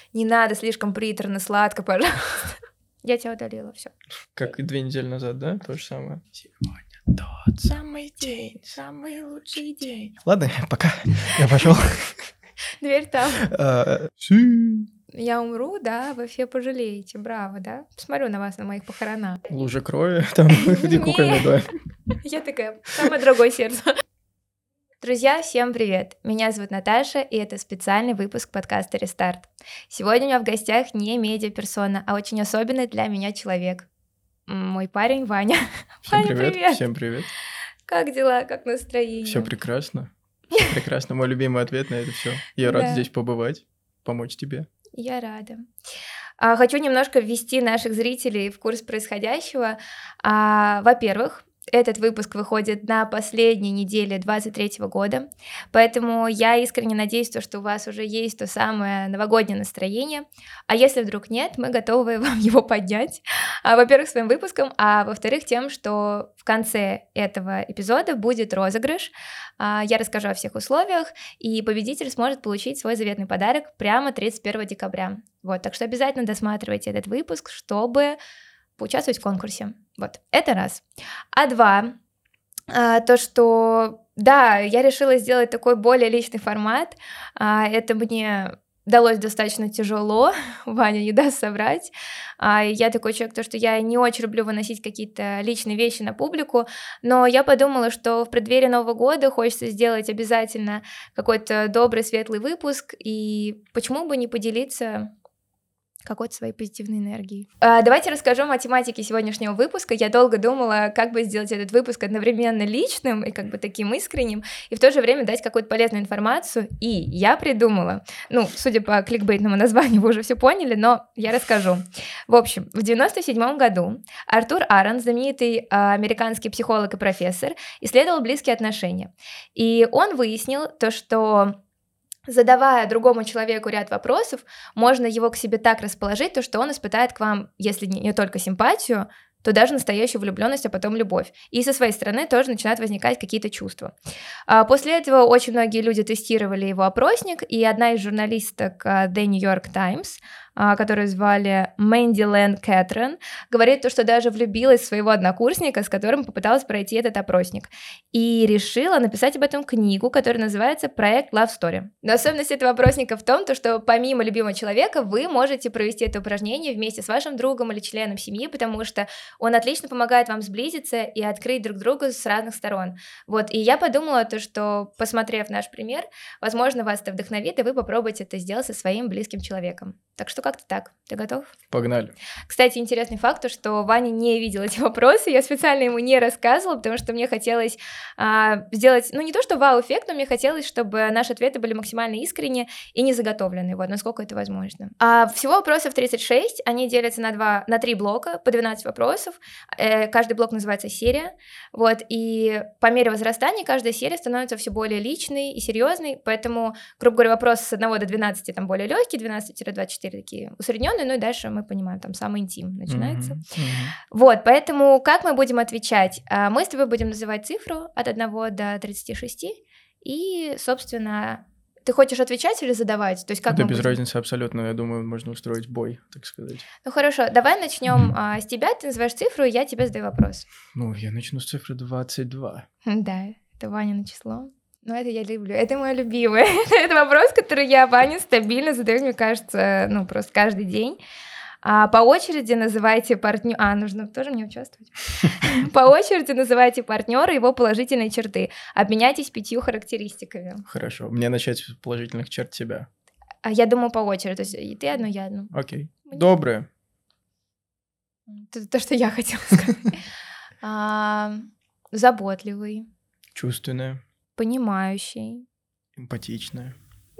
не надо слишком приторно, сладко, пожалуйста. Я тебя удалила, все. Как и 2 недели назад, да? То же самое. Сегодня тот самый день, самый лучший день. Ладно, пока. Я пошел. Дверь там. Си. Я умру, да, вы все пожалеете, браво, да? Посмотрю на вас на моих похоронах. Лужа крови, там где кукольный домик. Я такая, самое дорогое сердце. Друзья, всем привет! Меня зовут Наташа, и это специальный выпуск подкаста «Рестарт». Сегодня у меня в гостях не медиаперсона, а очень особенный для меня человек. Мой парень Ваня. Всем Ваня, привет, всем привет. Как дела, как настроение? Все прекрасно. Все прекрасно. Мой любимый ответ на это все. Я рад здесь побывать, помочь тебе. Я рада. Хочу немножко ввести наших зрителей в курс происходящего. Во-первых, этот выпуск выходит на последней неделе 2023 года, поэтому я искренне надеюсь, что у вас уже есть то самое новогоднее настроение, а если вдруг нет, мы готовы вам его поднять, во-первых, своим выпуском, а во-вторых, тем, что в конце этого эпизода будет розыгрыш, я расскажу о всех условиях, и победитель сможет получить свой заветный подарок прямо 31 декабря. Вот, так что обязательно досматривайте этот выпуск, чтобы поучаствовать в конкурсе. Вот, это раз. А два, то, что, да, я решила сделать такой более личный формат, это мне далось достаточно тяжело, Ваня не даст соврать. Я такой человек, то, что я не очень люблю выносить какие-то личные вещи на публику, но я подумала, что в преддверии Нового года хочется сделать обязательно какой-то добрый, светлый выпуск, и почему бы не поделиться какой-то своей позитивной энергией. Давайте расскажу о тематике сегодняшнего выпуска. Я долго думала, как бы сделать этот выпуск одновременно личным и как бы таким искренним, и в то же время дать какую-то полезную информацию. И я придумала, судя по кликбейтному названию, вы уже все поняли, но я расскажу. В общем, в 1997 году Артур Арон, знаменитый американский психолог и профессор, исследовал близкие отношения. И он выяснил то, что задавая другому человеку ряд вопросов, можно его к себе так расположить, то, что он испытает к вам, если не только симпатию, то даже настоящую влюбленность, а потом любовь. И со своей стороны тоже начинают возникать какие-то чувства. После этого очень многие люди тестировали его опросник, и одна из журналисток The New York Times, которую звали Мэнди Лэн Кэтрин, говорит то, что даже влюбилась в своего однокурсника, с которым попыталась пройти этот опросник, и решила написать об этом книгу, которая называется «Проект Love Story». Но особенность этого опросника в том, что помимо любимого человека вы можете провести это упражнение вместе с вашим другом или членом семьи, потому что он отлично помогает вам сблизиться и открыть друг друга с разных сторон. Вот, и я подумала то, что, посмотрев наш пример, возможно, вас это вдохновит, и вы попробуете это сделать со своим близким человеком. Так что как-то так. Ты готов? Погнали. Кстати, интересный факт, что Ваня не видел эти вопросы, я специально ему не рассказывала, потому что мне хотелось сделать, не то что вау-эффект, но мне хотелось, чтобы наши ответы были максимально искренние и не заготовленные, вот, насколько это возможно. Всего вопросов 36, они делятся на 3 блока, по 12 вопросов, каждый блок называется серия, вот, и по мере возрастания каждая серия становится все более личной и серьезной, поэтому, грубо говоря, вопросы с 1 до 12 там более легкие, 12-24 такие усредненные, и дальше мы понимаем, там самый интим начинается. Вот, поэтому как мы будем отвечать? Мы с тобой будем называть цифру от 1 до 36, и, собственно, ты хочешь отвечать или задавать? То есть как да без разницы абсолютно, я думаю, можно устроить бой, так сказать. Ну хорошо, давай начнем с тебя, ты называешь цифру, и я тебе задаю вопрос. Я начну с цифры 22. Да, это Ванино число. Это я люблю, это мой любимый. Это вопрос, который я Ване стабильно задаю, мне кажется, просто каждый день. По очереди называйте партнера. Нужно тоже мне участвовать. По очереди называйте партнера, его положительные черты. Обменяйтесь 5 характеристиками. Хорошо. Мне начать с положительных черт тебя. Я думаю, по очереди. То есть и ты одну, я одну. Окей. Доброе. То, что я хотела сказать. Заботливый. Чувственное. Понимающий. Эмпатичное.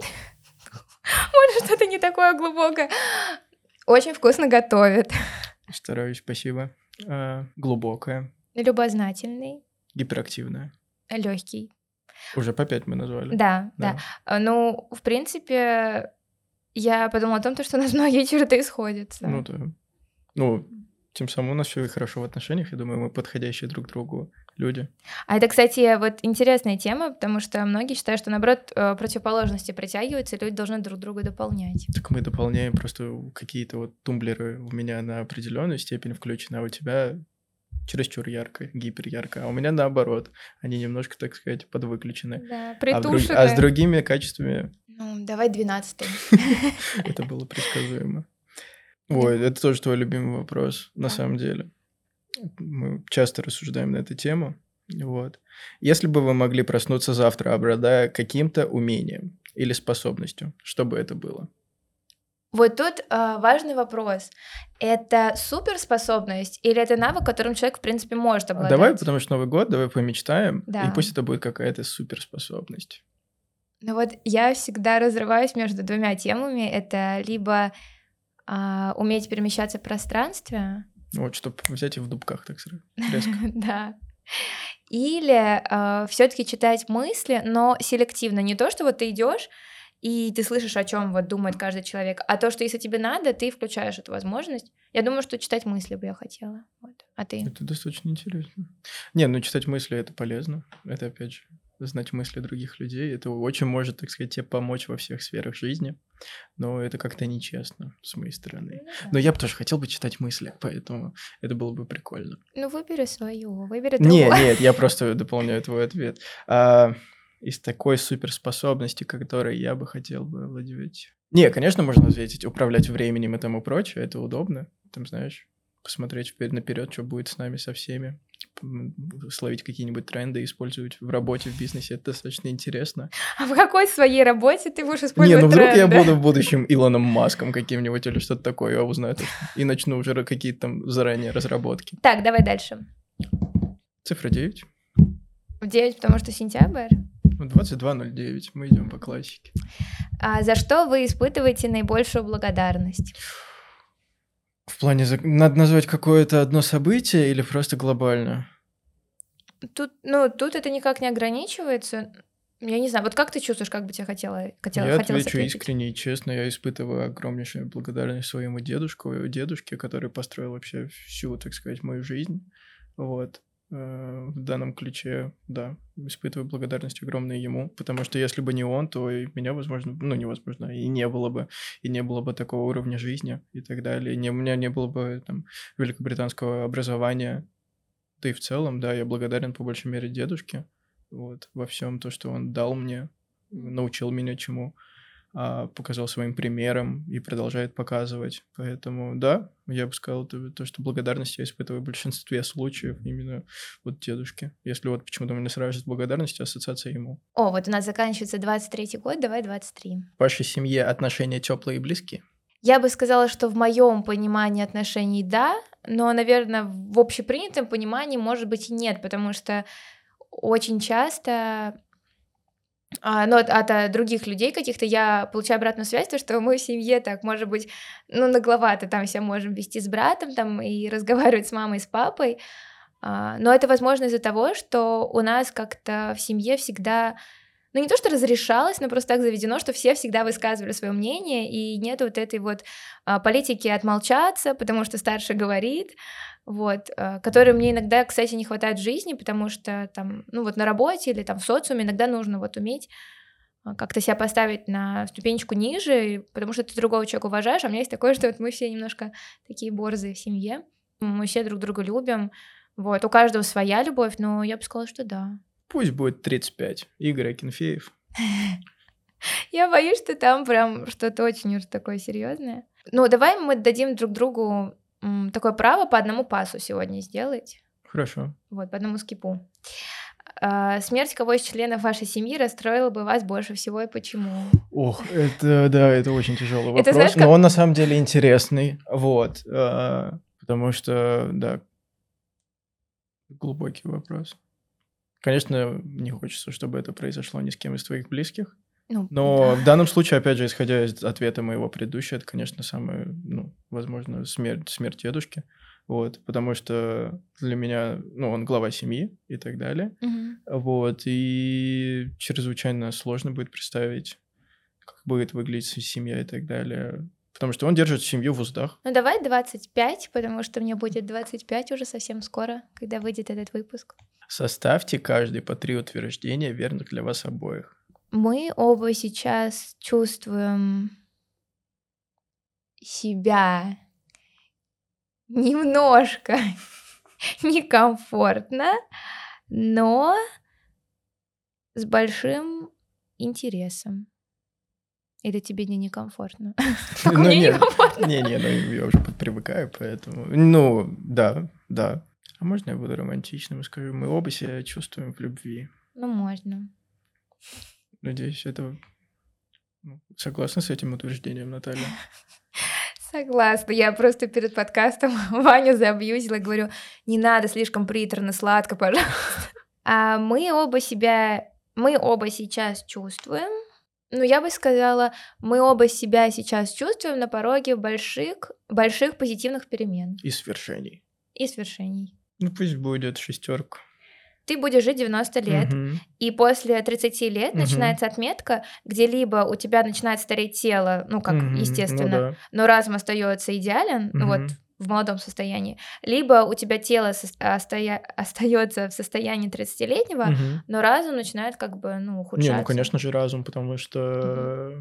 Может, что-то не такое глубокое. Очень вкусно готовит. Стараюсь, спасибо. Глубокое. Любознательный. Гиперактивное. Легкий. Уже по 5 мы назвали. Да. В принципе, я подумала о том, что у нас многие черты сходятся. Да. Тем самым у нас все хорошо в отношениях. Я думаю, мы подходящие друг другу люди. А это, кстати, вот интересная тема, потому что многие считают, что, наоборот, противоположности притягиваются, и люди должны друг друга дополнять. Так мы дополняем просто какие-то вот тумблеры у меня на определенную степень включены, а у тебя чересчур ярко, гиперярко, а у меня наоборот. Они немножко, так сказать, подвыключены. Да, А с притушены. другими качествами Ну, давай 12-й. это было предсказуемо. Или- Ой, это тоже твой любимый вопрос, на Да. самом деле. Мы часто рассуждаем на эту тему. Вот. Если бы вы могли проснуться завтра, обладая каким-то умением или способностью, что бы это было? Вот тут важный вопрос. Это суперспособность или это навык, которым человек, в принципе, может обладать? Давай, потому что Новый год, давай помечтаем, и Да. пусть это будет какая-то суперспособность. Ну вот я всегда разрываюсь между двумя темами. Это либо уметь перемещаться в пространстве, Вот, чтобы взять и в дубках так сразу, резко. да, или все-таки читать мысли, но селективно. Не то, что вот ты идешь и ты слышишь, о чем вот думает каждый человек, а то, что если тебе надо, ты включаешь эту возможность. Я думаю, что читать мысли бы я хотела. Вот. А ты? Это достаточно интересно. Не, ну читать мысли это полезно. Это опять же знать мысли других людей. Это очень может, так сказать, тебе помочь во всех сферах жизни. Но это как-то нечестно с моей стороны. Но я бы тоже хотел бы читать мысли, поэтому это было бы прикольно. Ну, выбери свою, выбери Не, другую. нет, я просто дополняю твой ответ. Из такой суперспособности, которой я бы хотел бы владеть. Не, конечно, можно ответить, управлять временем и тому прочее, это удобно. Там, знаешь, посмотреть наперед, что будет с нами, со всеми, словить какие-нибудь тренды, использовать в работе, в бизнесе, это достаточно интересно. А в какой своей работе ты будешь Не, использовать ну вдруг я тренды? буду в будущем Илоном Маском каким-нибудь или что-то такое, я узнаю это, и начну уже какие-то там заранее разработки. Так, давай дальше. Цифра 9. В 9, потому что сентябрь. 22:09, мы идем по классике. За что вы испытываете наибольшую благодарность? В плане, надо назвать какое-то одно событие или просто глобально? Тут это никак не ограничивается. Я не знаю, вот как ты чувствуешь, как бы тебе Я хотелось отвечу ответить? искренне и честно, я испытываю огромнейшую благодарность своему дедушке, который построил вообще всю, так сказать, мою жизнь. Вот. В данном ключе, да, испытываю благодарность огромную ему, потому что если бы не он, то и меня, возможно, невозможно, и не было бы такого уровня жизни и так далее, у меня не было бы там великобританского образования, да и в целом, да, я благодарен по большей мере дедушке, вот, во всем то, что он дал мне, научил меня чему, показал своим примером и продолжает показывать. Поэтому, да, я бы сказал, то, что благодарность я испытываю в большинстве случаев именно вот дедушке. Если вот почему-то у меня сразу же с благодарностью ассоциация ему. О, вот у нас заканчивается 23-й год, давай 23. В вашей семье отношения теплые и близкие? Я бы сказала, что в моем понимании отношений да, но, наверное, в общепринятом понимании, может быть, и нет, потому что очень часто от других людей каких-то я получаю обратную связь, то, что мы в семье так, может быть, нагловато там себя можем вести с братом там и разговаривать с мамой, с папой, но это возможно из-за того, что у нас как-то в семье всегда, не то что разрешалось, но просто так заведено, что все всегда высказывали свое мнение, и нет вот этой вот политики отмолчаться, потому что старший говорит, вот, которой мне иногда, кстати, не хватает в жизни, потому что там, на работе или там в социуме иногда нужно вот уметь как-то себя поставить на ступенечку ниже, потому что ты другого человека уважаешь, а у меня есть такое, что вот мы все немножко такие борзые в семье, мы все друг друга любим, вот, у каждого своя любовь, но я бы сказала, что да. Пусть будет 35. Игорь Акинфеев. Я боюсь, что там прям что-то очень уж такое серьезное. Давай мы дадим друг другу такое право по одному пасу сегодня сделать. Хорошо. Вот, по одному скипу. Смерть кого из членов вашей семьи расстроила бы вас больше всего и почему? Ох, это очень тяжелый вопрос, знаешь, но он на самом деле интересный, вот, потому что, да, глубокий вопрос. Конечно, не хочется, чтобы это произошло ни с кем из твоих близких, но да. в данном случае, опять же, исходя из ответа моего предыдущего, это, конечно, самое, возможно, смерть дедушки, вот, потому что для меня, он глава семьи и так далее, вот, и чрезвычайно сложно будет представить, как будет выглядеть семья и так далее, потому что он держит семью в уздах. Давай 25, потому что мне будет 25 уже совсем скоро, когда выйдет этот выпуск. Составьте каждый по 3 утверждения, верных для вас обоих. Мы оба сейчас чувствуем себя немножко некомфортно, но с большим интересом. Или тебе не некомфортно? Только Ну, мне нет, некомфортно. не-не, ну я уже подпривыкаю, поэтому... Ну, да. А можно я буду романтичным и скажу, мы оба себя чувствуем в любви. Ну, можно. Надеюсь, это... Согласна с этим утверждением, Наталья? Согласна. Я просто перед подкастом Ваню забьюзила и говорю, не надо слишком приторно, сладко, пожалуйста. А мы оба сейчас чувствуем. Ну, я бы сказала, мы оба себя сейчас чувствуем на пороге больших позитивных перемен И свершений. и свершений. Ну, пусть будет 6. Ты будешь жить 90 лет, и после 30 лет начинается отметка, где либо у тебя начинает стареть тело, ну, как естественно, Ну, да. но разум остается идеален, ну, вот в молодом состоянии, либо у тебя тело остается в состоянии 30-летнего, но разум начинает как бы, ну, ухудшаться. Не, ну, конечно же, разум, потому что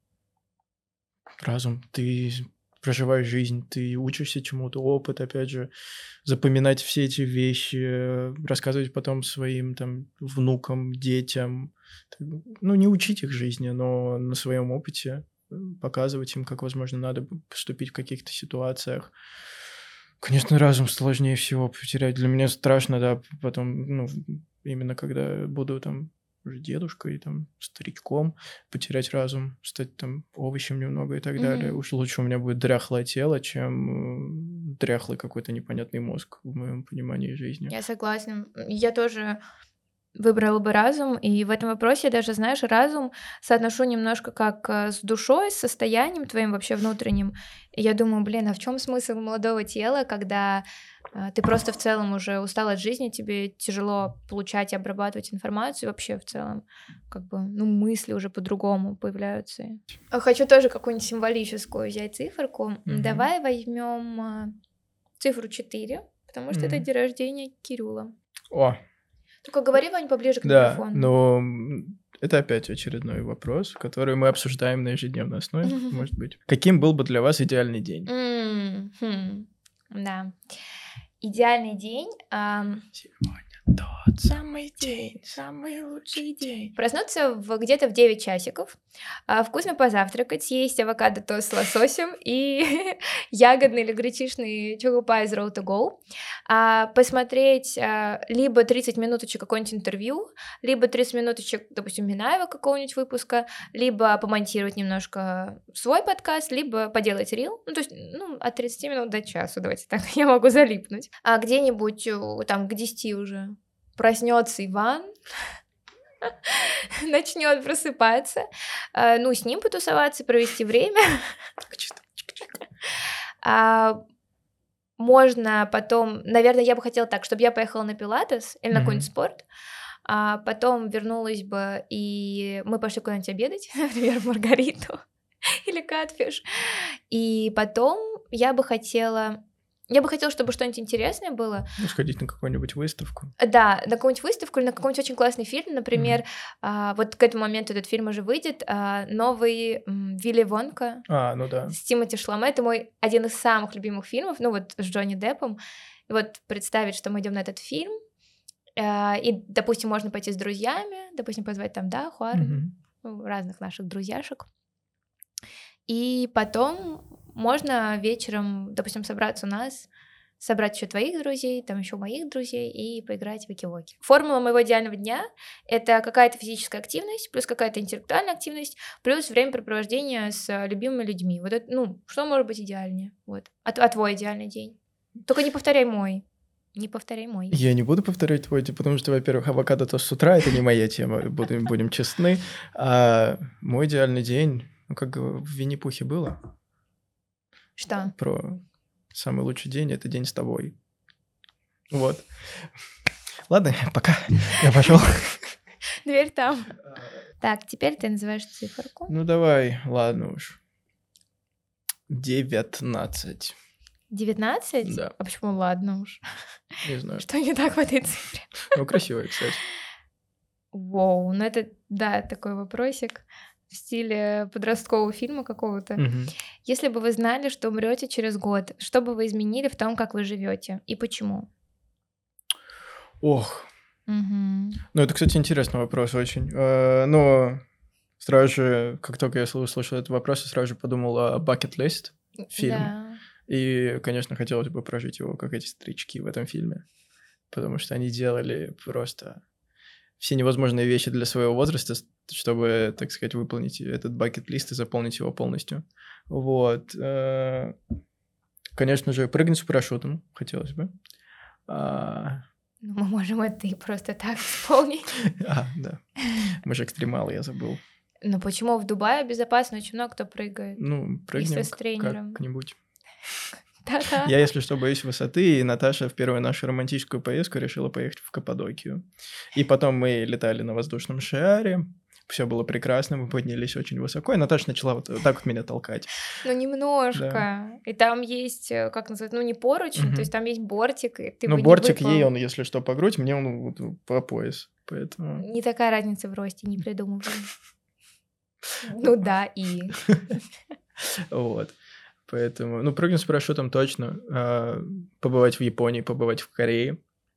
разум, ты проживаешь жизнь, ты учишься чему-то, опыт, опять же, запоминать все эти вещи, рассказывать потом своим там внукам, детям. Ну, не учить их жизни, но на своем опыте показывать им, как, возможно, надо поступить в каких-то ситуациях. Конечно, разум сложнее всего потерять. Для меня страшно, да, потом, ну, именно когда буду там уже дедушкой, там, старичком, потерять разум, стать там овощем немного и так далее. Уж лучше у меня будет дряхлое тело, чем дряхлый какой-то непонятный мозг в моем понимании жизни. Я согласна. Я тоже выбрала бы разум, и в этом вопросе я даже, знаешь, разум соотношу немножко как с душой, с состоянием твоим вообще внутренним. И я думаю, блин, а в чем смысл молодого тела, когда ты просто в целом уже устал от жизни, тебе тяжело получать и обрабатывать информацию, вообще в целом, как бы, ну, мысли уже по-другому появляются. Хочу тоже какую-нибудь символическую взять циферку. Давай возьмем цифру 4, потому что это день рождения Кирюла. О! Только говори, Вань, поближе к Да, микрофону. но это опять очередной вопрос, который мы обсуждаем на ежедневной основе, может быть. Каким был бы для вас идеальный день? Да. Идеальный день. Сегодня тот самый день, самый лучший день. Проснуться где-то в 9 часиков, вкусно позавтракать, съесть авокадо-тост с лососем и ягодный или гречишный чурупа из Road to Go, посмотреть либо 30 минуточек какое-нибудь интервью, либо 30 минуточек, допустим, Минаева какого-нибудь выпуска, либо помонтировать немножко свой подкаст, либо поделать рил, ну, то есть, ну, от 30 минут до часу, давайте так, я могу залипнуть. А где-нибудь там к 10 уже проснется Иван, начнет просыпаться, ну, с ним потусоваться, провести время. Можно потом, наверное, я бы хотела так, чтобы я поехала на пилатес или на какой-нибудь спорт, а потом вернулась бы, и мы пошли куда-нибудь обедать, например, в Маргариту или Катфиш, и потом я бы хотела, чтобы что-нибудь интересное было. Ну, сходить на какую-нибудь выставку. Да, на какую-нибудь выставку или на какой-нибудь очень классный фильм. Например, вот к этому моменту этот фильм уже выйдет. Новый Вилли Вонка Ну да. с Тимоти Шаламе. Это мой один из самых любимых фильмов, ну вот с Джонни Деппом. И вот представить, что мы идем на этот фильм, и, допустим, можно пойти с друзьями, допустим, позвать там, да, Хуарен, разных наших друзьяшек. И потом можно вечером, допустим, собраться у нас, собрать еще твоих друзей, там еще моих друзей и поиграть в вики-воки. Формула моего идеального дня — это какая-то физическая активность, плюс какая-то интеллектуальная активность, плюс времяпрепровождение с любимыми людьми. Вот это, ну, что может быть идеальнее? Вот. А твой идеальный день? Только не повторяй мой. Не повторяй мой. Я не буду повторять твой, потому что, во-первых, авокадо-тост с утра — это не моя тема, будем честны. А мой идеальный день, ну, как в Винни-Пухе было. Что? Про самый лучший день — это день с тобой. Вот. Ладно, пока. Я пошел. Дверь там. Так, теперь ты называешь циферку. Ну давай, ладно уж. 19. 19? Да, А почему ладно уж? не знаю. Что не так в этой цифре? Ну, красивая, кстати. Воу, ну это, да, такой вопросик в стиле подросткового фильма какого-то. Мгм. Если бы вы знали, что умрете через год, что бы вы изменили в том, как вы живете, и почему? Ох, Мгм. ну это, кстати, интересный вопрос очень. Но сразу же, как только я услышал этот вопрос, я сразу же подумал о Bucket List фильм. Да. И, конечно, хотелось бы прожить его, как эти старички в этом фильме. Потому что они делали просто все невозможные вещи для своего возраста, чтобы, так сказать, выполнить этот бакет-лист и заполнить его полностью. Вот. Конечно же, прыгнуть с парашютом хотелось бы. А, Ну, мы можем это и просто так исполнить. Да. Мы же экстремалы, я забыл. Но почему в Дубае безопасно? Очень много кто прыгает. Ну, Если прыгнем с тренером. как-нибудь. Да-да. Я, если что, боюсь высоты, и Наташа в первую нашу романтическую поездку решила поехать в Каппадокию. И потом мы летали на воздушном шаре, все было прекрасно, мы поднялись очень высоко, и Наташа начала вот так вот меня толкать. Ну, Да. немножко. И там есть, как называется, ну, не поручень, то есть Мгм. там есть бортик, и ты Ну, бы не бортик ей, выпал. он, если что, по грудь, мне он вот по пояс, поэтому... Не такая разница в росте, не придумывай. Ну да, и... Вот. Поэтому, ну, прыгнуть с парашютом точно. Побывать в Японии, побывать в Корее.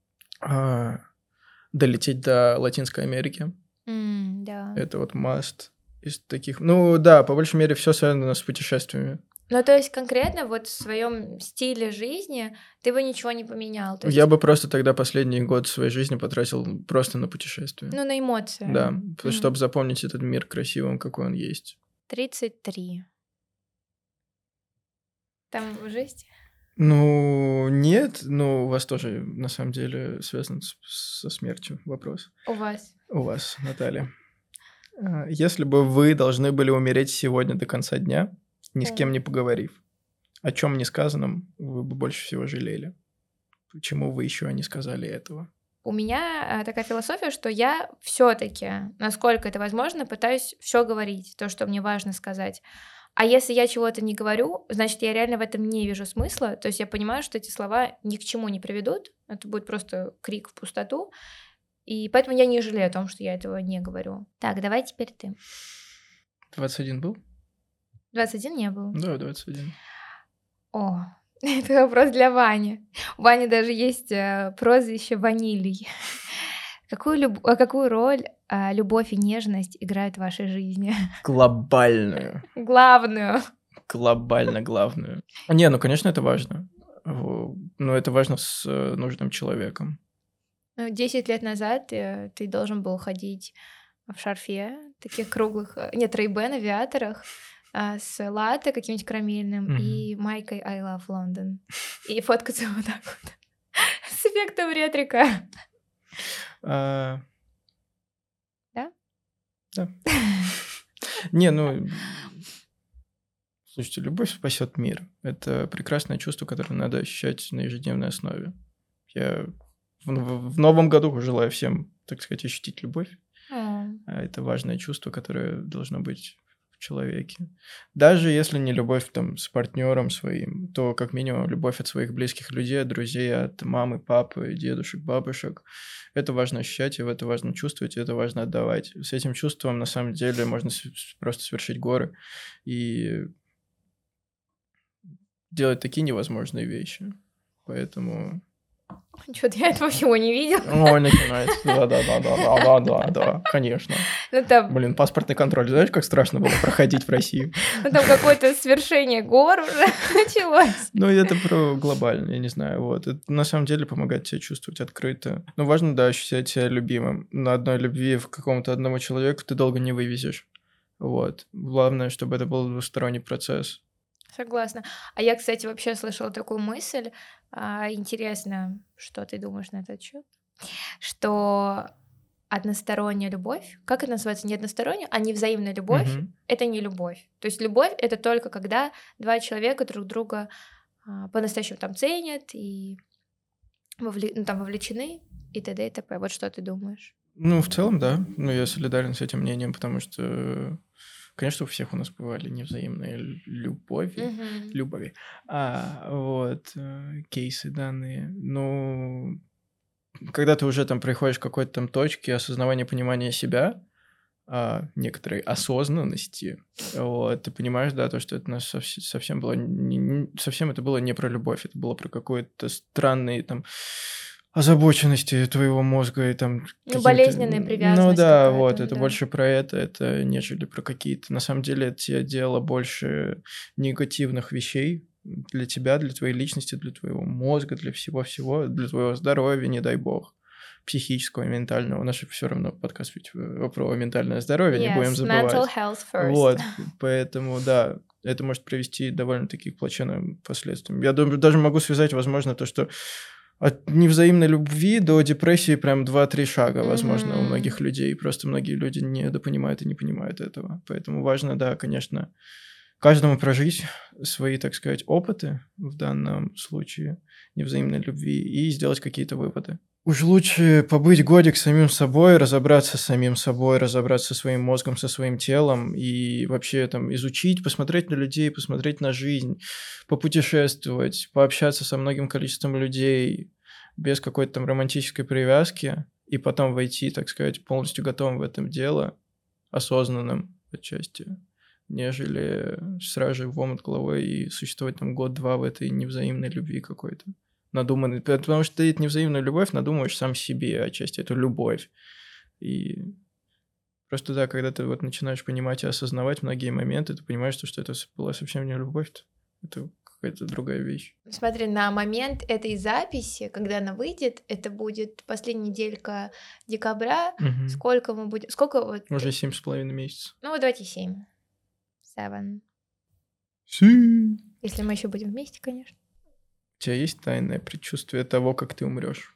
Долететь до Латинской Америки. Да. Это вот must из таких. Ну да, по большей мере, все связано с путешествиями. Ну, то есть конкретно вот в своем стиле жизни ты бы ничего не поменял. То есть, Я бы просто тогда последний год своей жизни потратил просто на путешествия. ну, на эмоции. Да, чтобы запомнить этот мир красивым, какой он есть. 33. Там жесть? Ну, нет, ну, у вас тоже, на самом деле, связан со смертью вопрос. У вас? У вас, Наталья. Если бы вы должны были умереть сегодня до конца дня, ни с кем не поговорив, о чем не сказанном вы бы больше всего жалели? Почему вы еще не сказали этого? У меня такая философия, что я все-таки, насколько это возможно, пытаюсь все говорить, то, что мне важно сказать. А если я чего-то не говорю, значит, я реально в этом не вижу смысла. То есть я понимаю, что эти слова ни к чему не приведут. Это будет просто крик в пустоту. И поэтому я не жалею о том, что я этого не говорю. Так, давай теперь ты. 21 был? 21 не был. Да, 21. О, это вопрос для Вани. У Вани даже есть прозвище Ванилий. Какую роль любовь и нежность играют в вашей жизни? Глобальную. Главную. Глобально главную. Не, ну, конечно, это важно. Но это важно с нужным человеком. 10 лет назад ты должен был ходить в шарфе, таких круглых, нет, Ray-Ban авиаторах, с латте каким-нибудь карамельным и майкой I Love London. И фоткаться вот так вот. С эффектом ретрика. Да? Да? Да. Не, ну... Слушайте, любовь спасет мир. Это прекрасное чувство, которое надо ощущать на ежедневной основе. Я в новом году желаю всем, так сказать, ощутить любовь. Это важное чувство, которое должно быть в человеке. Даже если не любовь там с партнером своим, то как минимум любовь от своих близких людей, от друзей, от мамы, папы, дедушек, бабушек. Это важно ощущать, и это важно чувствовать, и это важно отдавать. С этим чувством на самом деле можно просто свершить горы и делать такие невозможные вещи. Поэтому... Что-то я этого всего не видел. Ой, начинается. Да, конечно. Ну, там, Блин, паспортный контроль, знаешь, как страшно было проходить в России? ну, там какое-то свершение гор уже началось. Ну, это про глобально, я не знаю, вот. Это на самом деле помогает себя чувствовать открыто. Ну, важно, да, ощущать себя любимым. На одной любви в какому-то одному человеку ты долго не вывезешь. Вот. Главное, чтобы это был двусторонний процесс. Согласна. А я, кстати, вообще слышала такую мысль. Интересно, что ты думаешь на этот счет? Что односторонняя любовь, как это называется, не односторонняя, а невзаимная любовь, это не любовь. То есть любовь — это только когда два человека друг друга по-настоящему там ценят и там вовлечены и т.д. и т.п. Вот что ты думаешь? Ну, в целом, да. Ну, я солидарен с этим мнением, потому что Конечно, у всех у нас бывали невзаимные любови, кейсы данные. Ну, когда ты уже там приходишь к какой-то там точке осознавания, понимания себя, некоторой осознанности, вот, ты понимаешь, да, то, что это нас совсем было совсем это было не про любовь, это было про какой-то странный там озабоченности твоего мозга и там Ну, какими-то... болезненная Ну привязанность да, какая-то, вот, это да. больше про это, нежели про какие-то... На самом деле это тебе дело больше негативных вещей для тебя, для твоей личности, для твоего мозга, для всего-всего, для твоего здоровья, не дай бог, психического, ментального. У нас же все равно подкаст ведь про ментальное здоровье, не будем Yes, mental забывать. health first. Вот, поэтому, да, это может привести довольно-таки к плачевным последствиям. Я думаю, даже могу связать, возможно, то, что от невзаимной любви до депрессии прям 2-3 шага, возможно, у многих людей. Просто многие люди недопонимают и не понимают этого. Поэтому важно, да, конечно, каждому прожить свои, так сказать, опыты в данном случае невзаимной любви и сделать какие-то выводы. Уж лучше побыть годик самим собой, разобраться с самим собой, разобраться со своим мозгом, со своим телом и вообще там изучить, посмотреть на людей, посмотреть на жизнь, попутешествовать, пообщаться со многим количеством людей без какой-то там романтической привязки и потом войти, так сказать, полностью готовым в этом дело, осознанным отчасти, нежели сразу же в омут головой и существовать там год-два в этой невзаимной любви какой-то. Надуманный, потому что ты эту невзаимную любовь надумываешь сам себе, отчасти эту любовь. И просто, да, когда ты вот начинаешь понимать и осознавать многие моменты, ты понимаешь, что это была совсем не любовь, это какая-то другая вещь. Смотри, на момент этой записи, когда она выйдет, это будет последняя неделька декабря. Сколько мы будем... Сколько вот... Уже 7,5 месяцев. Ну, вот давайте 7. 7. Если мы еще будем вместе, конечно. У тебя есть тайное предчувствие того, как ты умрешь?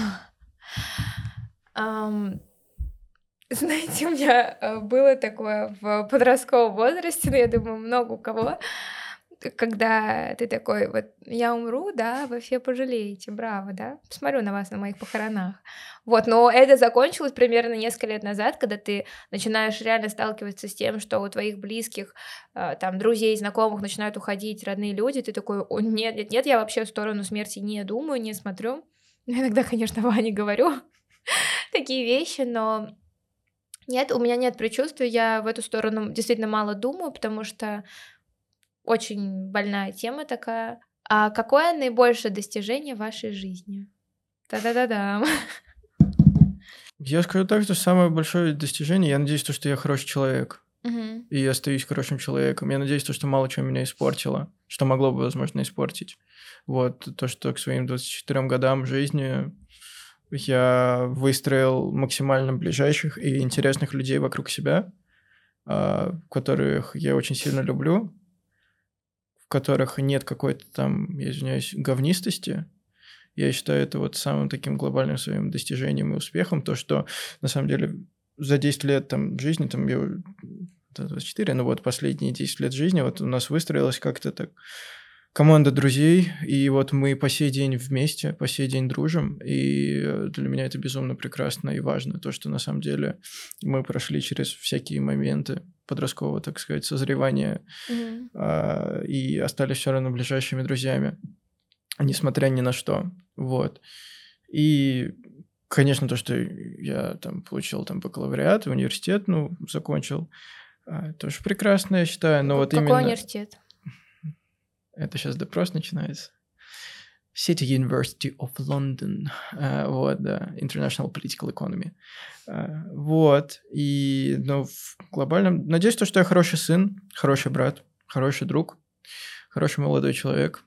Знаете, у меня было такое в подростковом возрасте, но я думаю, много у кого, когда ты такой, вот, я умру, да, вы все пожалеете, браво, да, посмотрю на вас на моих похоронах. Вот, но это закончилось примерно несколько лет назад, когда ты начинаешь реально сталкиваться с тем, что у твоих близких, там, друзей, знакомых начинают уходить родные люди, ты такой, о, нет, нет, нет, я вообще в сторону смерти не думаю, не смотрю. Иногда, конечно, Ване говорю такие вещи, но нет, у меня нет предчувствия, я в эту сторону действительно мало думаю, потому что очень больная тема такая. А какое наибольшее достижение в вашей жизни? Та-да-да-дам. Я скажу так, что самое большое достижение, я надеюсь, что я хороший человек. Мгм. И я остаюсь хорошим человеком. Я надеюсь, что мало чего меня испортило, что могло бы, возможно, испортить. Вот, то, что к своим 24 годам жизни я выстроил максимально ближайших и интересных людей вокруг себя, которых я очень сильно люблю, в которых нет какой-то там, я извиняюсь, говнистости. Я считаю это вот самым таким глобальным своим достижением и успехом, то, что на самом деле за 10 лет там жизни, там я 24, ну вот последние 10 лет жизни вот у нас выстроилась как-то так команда друзей, и вот мы по сей день вместе, по сей день дружим, и для меня это безумно прекрасно и важно, то, что на самом деле мы прошли через всякие моменты подросткового, так сказать, созревания, и остались все равно ближайшими друзьями, несмотря ни на что, вот. И, конечно, то, что я там получил там бакалавриат, университет, ну, закончил, тоже прекрасно, я считаю, но вот Какой именно... университет? Это сейчас допрос начинается. City University of London. Вот, да. International Political Economy. Вот. И, ну, в глобальном... Надеюсь, что я хороший сын, хороший брат, хороший друг, хороший молодой человек.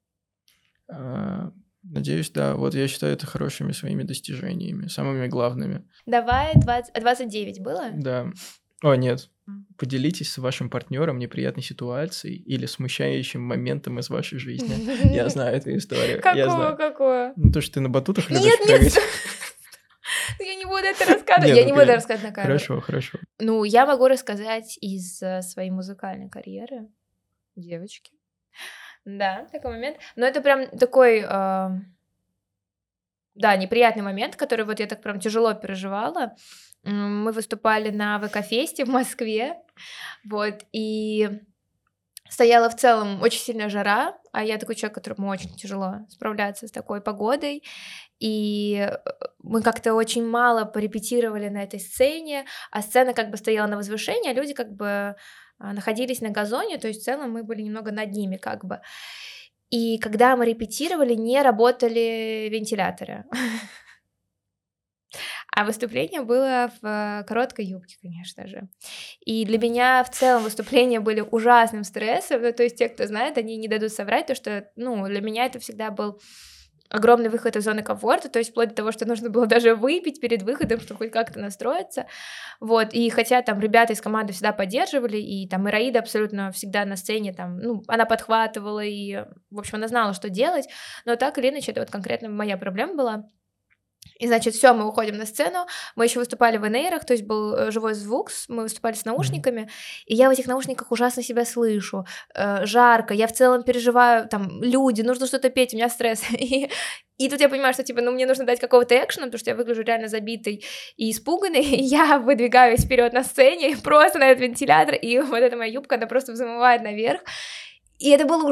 Надеюсь, да. Вот я считаю это хорошими своими достижениями, самыми главными. Давай, 29 было? Да. О, нет. Поделитесь с вашим партнером неприятной ситуацией или смущающим моментом из вашей жизни. Я знаю эту историю. Какое? Ну, то, что ты на батутах любишь Нет, прыгать. Я не буду это рассказывать. Я не буду рассказывать на камеру. Хорошо. Ну, я могу рассказать из своей музыкальной карьеры. Девочки. Да, такой момент. Но это прям такой, да, неприятный момент, который вот я так прям тяжело переживала. Мы выступали на ВК-фесте в Москве. Вот, и стояла в целом очень сильная жара, а я такой человек, которому очень тяжело справляться с такой погодой, и мы как-то очень мало порепетировали на этой сцене, а сцена как бы стояла на возвышении, а люди как бы находились на газоне, то есть в целом мы были немного над ними как бы. И когда мы репетировали, не работали вентиляторы. А выступление было в короткой юбке, конечно же. И для меня в целом выступления были ужасным стрессом. Ну, то есть те, кто знает, они не дадут соврать, то что, ну, для меня это всегда был огромный выход из зоны комфорта, то есть вплоть до того, что нужно было даже выпить перед выходом, чтобы хоть как-то настроиться, вот, и хотя там ребята из команды всегда поддерживали, и там Ираида абсолютно всегда на сцене, там, ну, она подхватывала, и, в общем, она знала, что делать, но так или иначе, это вот конкретно моя проблема была. И, значит, все, мы уходим на сцену, мы еще выступали в инейрах, то есть был живой звук, мы выступали с наушниками, и я в этих наушниках ужасно себя слышу, жарко, я в целом переживаю, там, люди, нужно что-то петь, у меня стресс, и тут я понимаю, что, типа, ну, мне нужно дать какого-то экшена, потому что я выгляжу реально забитой и испуганной, и я выдвигаюсь вперед на сцене, просто на этот вентилятор, и вот эта моя юбка, она просто взмывает наверх, и это было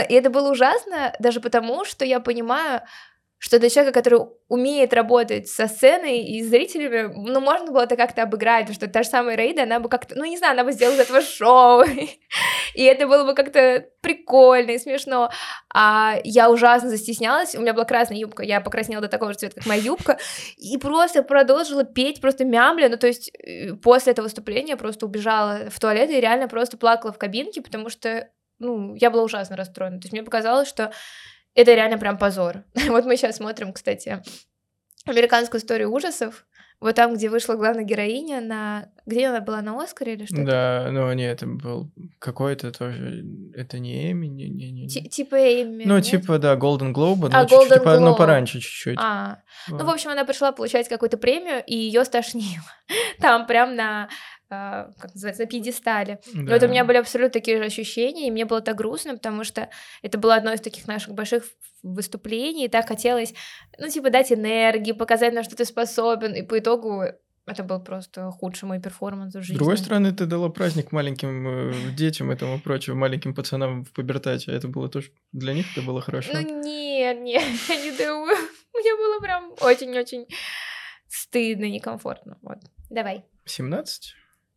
ужасно даже потому, что я понимаю, что для человека, который умеет работать со сценой и с зрителями, ну, можно было это как-то обыграть, потому что та же самая Раида, она бы как-то, ну, не знаю, она бы сделала из этого шоу, и это было бы как-то прикольно и смешно, а я ужасно застеснялась, у меня была красная юбка, я покраснела до такого же цвета, как моя юбка, и просто продолжила петь, просто мямля, ну, то есть после этого выступления просто убежала в туалет и реально просто плакала в кабинке, потому что, ну, я была ужасно расстроена, то есть мне показалось, что это реально прям позор. Вот мы сейчас смотрим, кстати, «Американскую историю ужасов», вот там, где вышла главная героиня на... Где она была, на «Оскаре» или что-то? Да, но нет, это был какой-то тоже... Это не Эмми, не. Типа Эмми, Ну, нет? типа, да, Golden Globe, А, но чуть-чуть, Golden Globe. ну, пораньше чуть-чуть. Ну, в общем, она пришла получать какую-то премию, и ее стошнило. Там прям на... как называется, на пьедестале. Да. Но это у меня были абсолютно такие же ощущения, и мне было так грустно, потому что это было одно из таких наших больших выступлений, и так хотелось, ну, типа, дать энергии, показать, на что ты способен, и по итогу это был просто худший мой перформанс в жизни. С другой стороны, ты дала праздник маленьким детям и тому прочее, маленьким пацанам в пубертате, это было тоже... Для них это было хорошо? Ну, нет, я не думаю. Мне было прям очень-очень стыдно, некомфортно. Вот, давай. 17?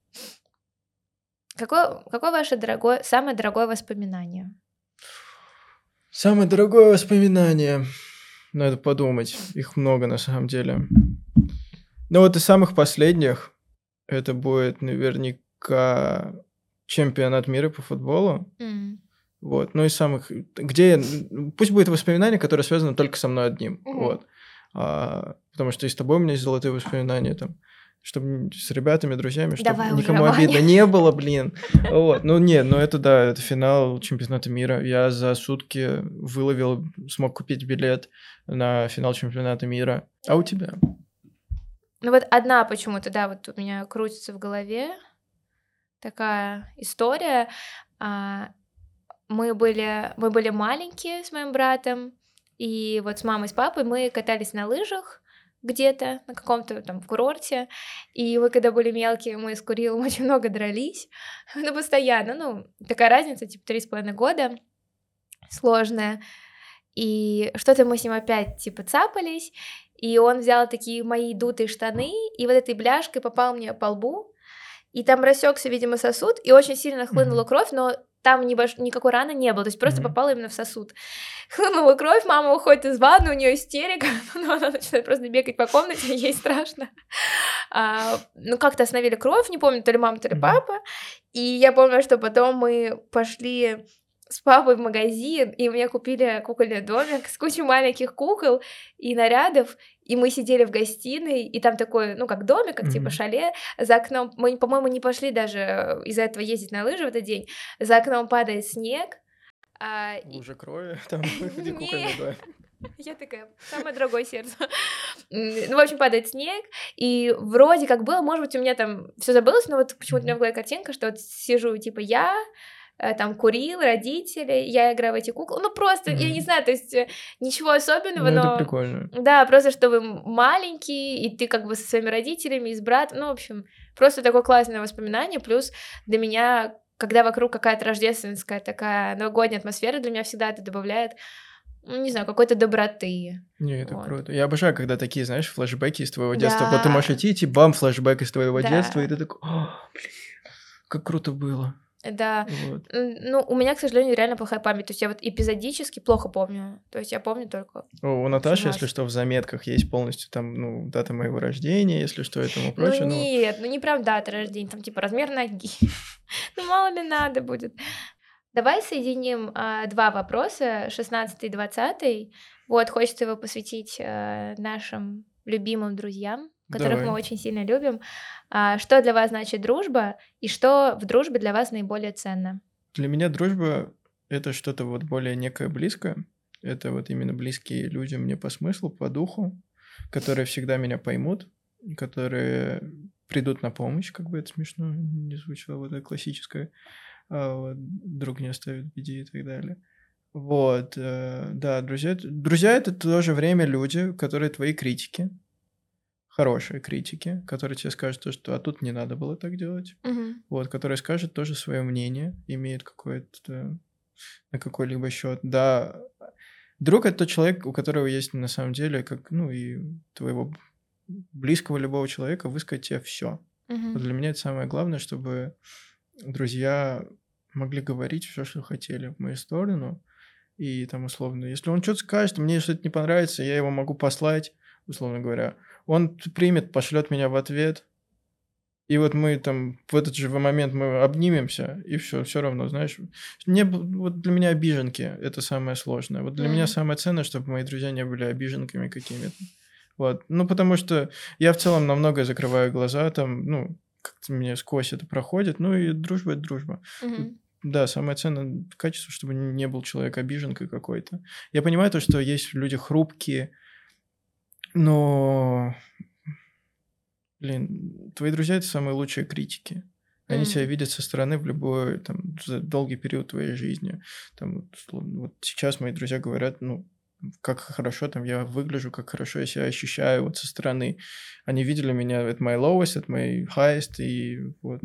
Какое ваше самое дорогое воспоминание? Самое дорогое воспоминание. Надо подумать. Их много на самом деле. Но вот из самых последних это будет наверняка чемпионат мира по футболу. Вот. Ну и самых... Где... Пусть будет воспоминание, которое связано только со мной одним. Вот. Потому что и с тобой у меня есть золотые воспоминания там. Чтобы с ребятами, друзьями, чтобы Давай никому уже, обидно не было, блин. Вот. Ну, нет, ну это да, это финал чемпионата мира. Я за сутки выловил, смог купить билет на финал чемпионата мира. А у тебя? Ну вот одна почему-то, да, вот у меня крутится в голове такая история. Мы были маленькие с моим братом, и вот с мамой, с папой мы катались на лыжах, где-то на каком-то там курорте, и мы, когда были мелкие, мы с Курилом очень много дрались, ну, постоянно, ну, такая разница, типа, 3,5 года, сложная, и что-то мы с ним опять, типа, цапались, и он взял такие мои дутые штаны, и вот этой бляшкой попал мне по лбу, и там рассекся, видимо, сосуд, и очень сильно хлынула кровь, но там никакой раны не было, то есть просто попала именно в сосуд. Хлынула кровь, мама уходит из ванны, у нее истерика, но она начинает просто бегать по комнате, ей страшно. Ну, как-то остановили кровь, не помню, то ли мама, то ли папа, и я помню, что потом мы пошли с папой в магазин, и мне купили кукольный домик с кучей маленьких кукол и нарядов, и мы сидели в гостиной, и там такой, ну, как домик, как типа шале, за окном, мы, по-моему, не пошли даже из-за этого ездить на лыжи в этот день, за окном падает снег. Уже крови там, где кукольный домик. Я такая, самое дорогое сердце. Ну, в общем, падает снег, и вроде как было, может быть, у меня там все забылось, но вот почему-то у меня в голове картинка, что вот сижу, типа, я... там Курил, родители, я играю в эти куклы, ну просто, я не знаю, то есть ничего особенного, ну, но... это прикольно. Да, просто что вы маленький, и ты как бы со своими родителями, и с братом, ну, в общем, просто такое классное воспоминание, плюс для меня, когда вокруг какая-то рождественская такая новогодняя атмосфера, для меня всегда это добавляет, ну, не знаю, какой-то доброты. Не, это Вот. круто. Я обожаю, когда такие, знаешь, флешбеки из твоего детства. Вот ты Да, можешь идти, бам, флешбэк из твоего детства, и да, ты такой: «О, блин, как круто было». да. Вот. Ну, у меня, к сожалению, реально плохая память. То есть я вот эпизодически плохо помню. То есть я помню только У очень Наташи, если раз. что, в заметках есть полностью там, ну, дата моего рождения, если что, и тому Ну прочее. Ну, нет, ну не прям дата рождения, там типа размер ноги. Ну мало ли надо будет. Давай соединим два вопроса, 16 и 20. Вот, хочется его посвятить нашим любимым друзьям, которых мы давай. очень сильно любим. Что для вас значит дружба, и что в дружбе для вас наиболее ценно? Для меня дружба — это что-то вот более некое близкое. Это вот именно близкие люди мне по смыслу, по духу, которые всегда меня поймут, которые придут на помощь, как бы это смешно не звучало, вот это классическое, вот, друг не оставит в беде и так далее. Вот, да, друзья — это в то же время люди, которые твои критики, хорошие критики, которые тебе скажут то, что «а тут не надо было так делать». Мгм. Вот, которые скажут тоже свое мнение, имеют какое-то на какой-либо счет. Да, друг — это тот человек, у которого есть на самом деле, как, ну, и твоего близкого любого человека, высказать тебе все. Вот Мгм. для меня это самое главное, чтобы друзья могли говорить все, что хотели в мою сторону. И там, условно, если он что-то скажет, мне что-то не понравится, я его могу послать, условно говоря. Он примет, пошлет меня в ответ, и вот мы там в этот же момент мы обнимемся, и все равно, знаешь. Вот для меня обиженки — это самое сложное. Вот для меня М. самое ценное, чтобы мои друзья не были обиженками какими-то. Вот. Ну, потому что я в целом на многое закрываю глаза, там, ну, как-то мне сквозь это проходит. Ну, и дружба — это дружба. Тут, Мгм. да, самое ценное качество, чтобы не был человек обиженкой какой-то. Я понимаю то, что есть люди хрупкие, но блин, твои друзья — это самые лучшие критики. Они тебя М. видят со стороны в любой там за долгий период твоей жизни. Там вот, условно, вот сейчас мои друзья говорят, ну, как хорошо там я выгляжу, как хорошо я себя ощущаю вот со стороны. Они видели меня at my lowest, at my highest, и вот.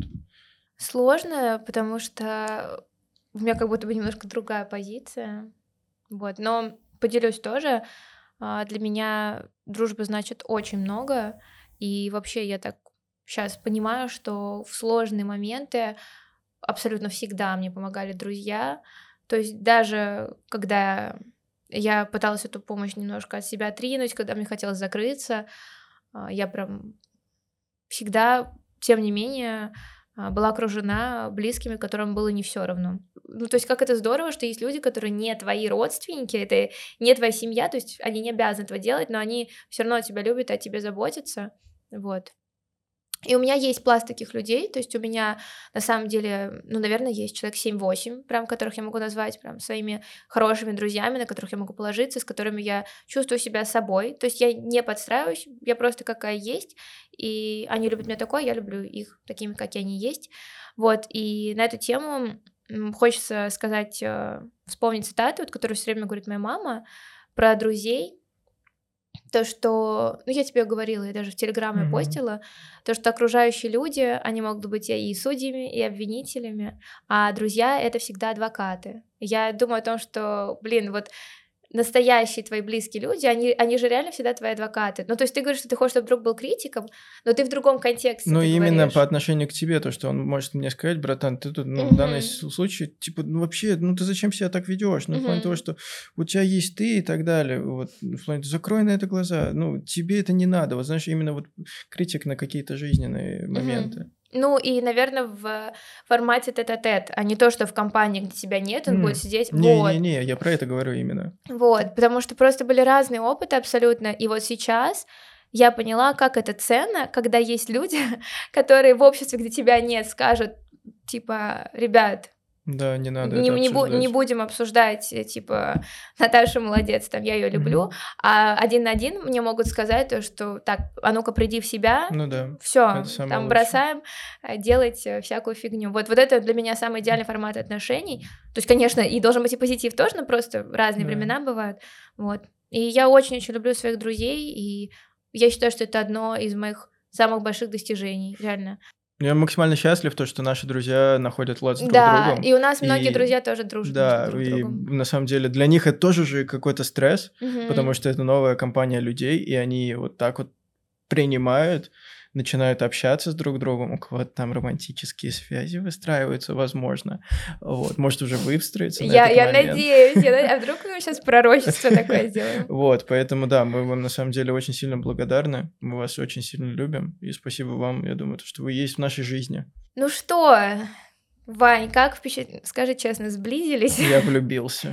Сложно, потому что у меня как будто бы немножко другая позиция. Вот, но поделюсь тоже. Для меня дружба значит очень много. И вообще я так сейчас понимаю, что в сложные моменты абсолютно всегда мне помогали друзья. То есть даже когда я пыталась эту помощь немножко от себя отринуть, когда мне хотелось закрыться, я прям всегда, тем не менее, была окружена близкими, которым было не все равно. Ну, то есть как это здорово, что есть люди, которые не твои родственники, это не твоя семья, то есть они не обязаны этого делать, но они все равно тебя любят и о тебе заботятся. Вот. И у меня есть пласт таких людей, то есть у меня на самом деле, ну, наверное, есть человек 7-8, прям которых я могу назвать прям своими хорошими друзьями, на которых я могу положиться, с которыми я чувствую себя собой. То есть я не подстраиваюсь, я просто какая есть, и они любят меня такой, я люблю их такими, какие они есть. Вот, и на эту тему хочется сказать, вспомнить цитату, вот, которую все время говорит моя мама, про друзей, то, что, ну, я тебе говорила, я даже в Телеграме Мгм. постила, то, что окружающие люди, они могут быть и судьями, и обвинителями, а друзья — это всегда адвокаты. Я думаю о том, что, блин, вот настоящие твои близкие люди, они же реально всегда твои адвокаты. Ну, то есть ты говоришь, что ты хочешь, чтобы друг был критиком, но ты в другом контексте Ну, ты именно по говоришь. отношению к тебе, то, что он может мне сказать: «Братан, ты тут, ну, в данном Мгм. случае, типа, ну, вообще, ну, ты зачем себя так ведешь?» Ну, в плане того, Мгм. что у тебя есть ты и так далее. Вот, в плане, закрой на это глаза. Ну, тебе это не надо. Вот знаешь, именно вот критик на какие-то жизненные моменты. Мгм. Ну и, наверное, в формате тет-а-тет, а не то, что в компании, где тебя нет, он будет сидеть. Вот. Не-не-не, я про это говорю именно. Вот, потому что просто были разные опыты абсолютно. И вот сейчас я поняла, как это ценно, когда есть люди, которые в обществе, где тебя нет, скажут, типа, ребят, Да, не надо не, это не обсуждать. будем обсуждать, типа, Наташа молодец, там, я ее люблю, Мгм. а один на один мне могут сказать то, что так, а ну-ка приди в себя, Ну да, это все, самое там лучшее. бросаем делать всякую фигню. Вот это для меня самый идеальный формат отношений. То есть, конечно, и должен быть и позитив тоже, но просто разные Да. времена бывают. Вот. И я очень-очень люблю своих друзей, и я считаю, что это одно из моих самых больших достижений, реально. Я максимально счастлив, то, что наши друзья находят лад с друг Да, другом. и у нас многие И друзья тоже дружат между да, друг и другом. на самом деле для них это тоже же какой-то стресс, потому Мгм. что это новая компания людей, и они вот так вот принимают, начинают общаться с друг другом, у кого-то там романтические связи выстраиваются, возможно. Вот, может, уже выстроиться на этот Я момент. надеюсь, а вдруг мы сейчас пророчество такое сделаем? Вот, поэтому да, мы вам на самом деле очень сильно благодарны, мы вас очень сильно любим, и спасибо вам, я думаю, то, что вы есть в нашей жизни. Ну что, Вань, как скажи честно, сблизились? Я влюбился.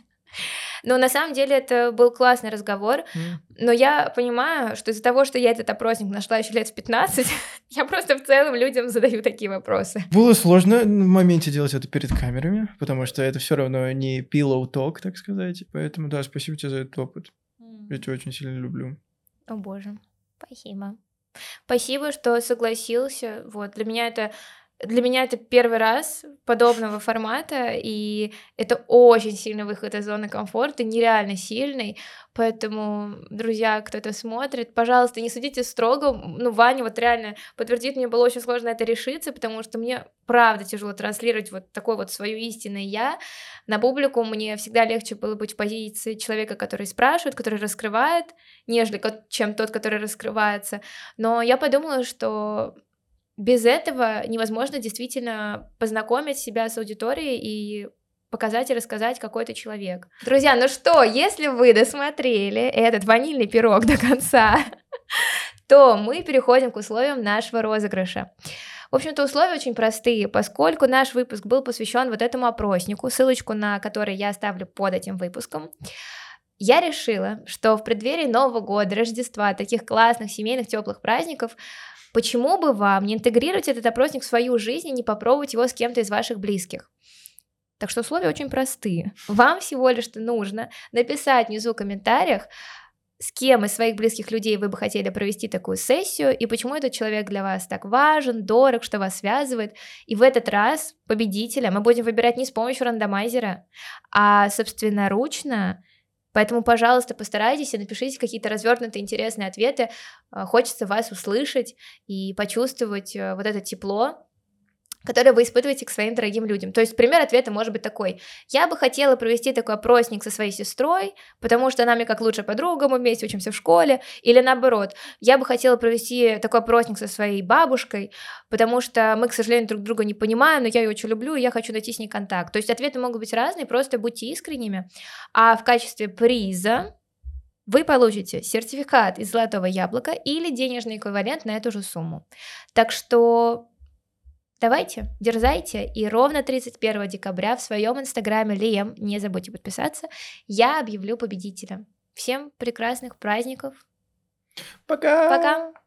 Ну, на самом деле, это был классный разговор, но я понимаю, что из-за того, что я этот опросник нашла еще лет в 15, я просто в целом людям задаю такие вопросы. Было сложно в моменте делать это перед камерами, потому что это все равно не pillow talk, так сказать. Поэтому да, спасибо тебе за этот опыт. Я тебя очень сильно люблю. О боже, спасибо. Спасибо, что согласился. Вот, для меня это первый раз подобного формата, и это очень сильный выход из зоны комфорта, нереально сильный. Поэтому, друзья, кто-то смотрит, пожалуйста, не судите строго. Ну, Ваня вот реально подтвердит, мне было очень сложно это решиться, потому что мне правда тяжело транслировать вот такое вот свое истинное я на публику. Мне всегда легче было быть в позиции человека, который спрашивает, который раскрывает, нежели чем тот, который раскрывается. Но я подумала, что без этого невозможно действительно познакомить себя с аудиторией и показать и рассказать, какой ты человек. Друзья, ну что, если вы досмотрели этот ванильный пирог до конца, то мы переходим к условиям нашего розыгрыша. В общем-то, условия очень простые, поскольку наш выпуск был посвящен вот этому опроснику, ссылочку на который я оставлю под этим выпуском. Я решила, что в преддверии Нового года, Рождества, таких классных семейных теплых праздников, почему бы вам не интегрировать этот опросник в свою жизнь и не попробовать его с кем-то из ваших близких? Так что условия очень простые. Вам всего лишь нужно написать внизу в комментариях, с кем из своих близких людей вы бы хотели провести такую сессию, и почему этот человек для вас так важен, дорог, что вас связывает. И в этот раз победителя мы будем выбирать не с помощью рандомайзера, а собственноручно. Поэтому, пожалуйста, постарайтесь и напишите какие-то развернутые интересные ответы. Хочется вас услышать и почувствовать вот это тепло, которое вы испытываете к своим дорогим людям. То есть пример ответа может быть такой: я бы хотела провести такой опросник со своей сестрой, потому что она мне как лучшая подруга, мы вместе учимся в школе, или наоборот, я бы хотела провести такой опросник со своей бабушкой, потому что мы, к сожалению, друг друга не понимаем, но я ее очень люблю, и я хочу найти с ней контакт. То есть ответы могут быть разные, просто будьте искренними. А в качестве приза вы получите сертификат из Золотого Яблока или денежный эквивалент на эту же сумму. Так что давайте, дерзайте, и ровно 31 декабря в своем инстаграме Лием, не забудьте подписаться, я объявлю победителя. Всем прекрасных праздников. Пока! Пока!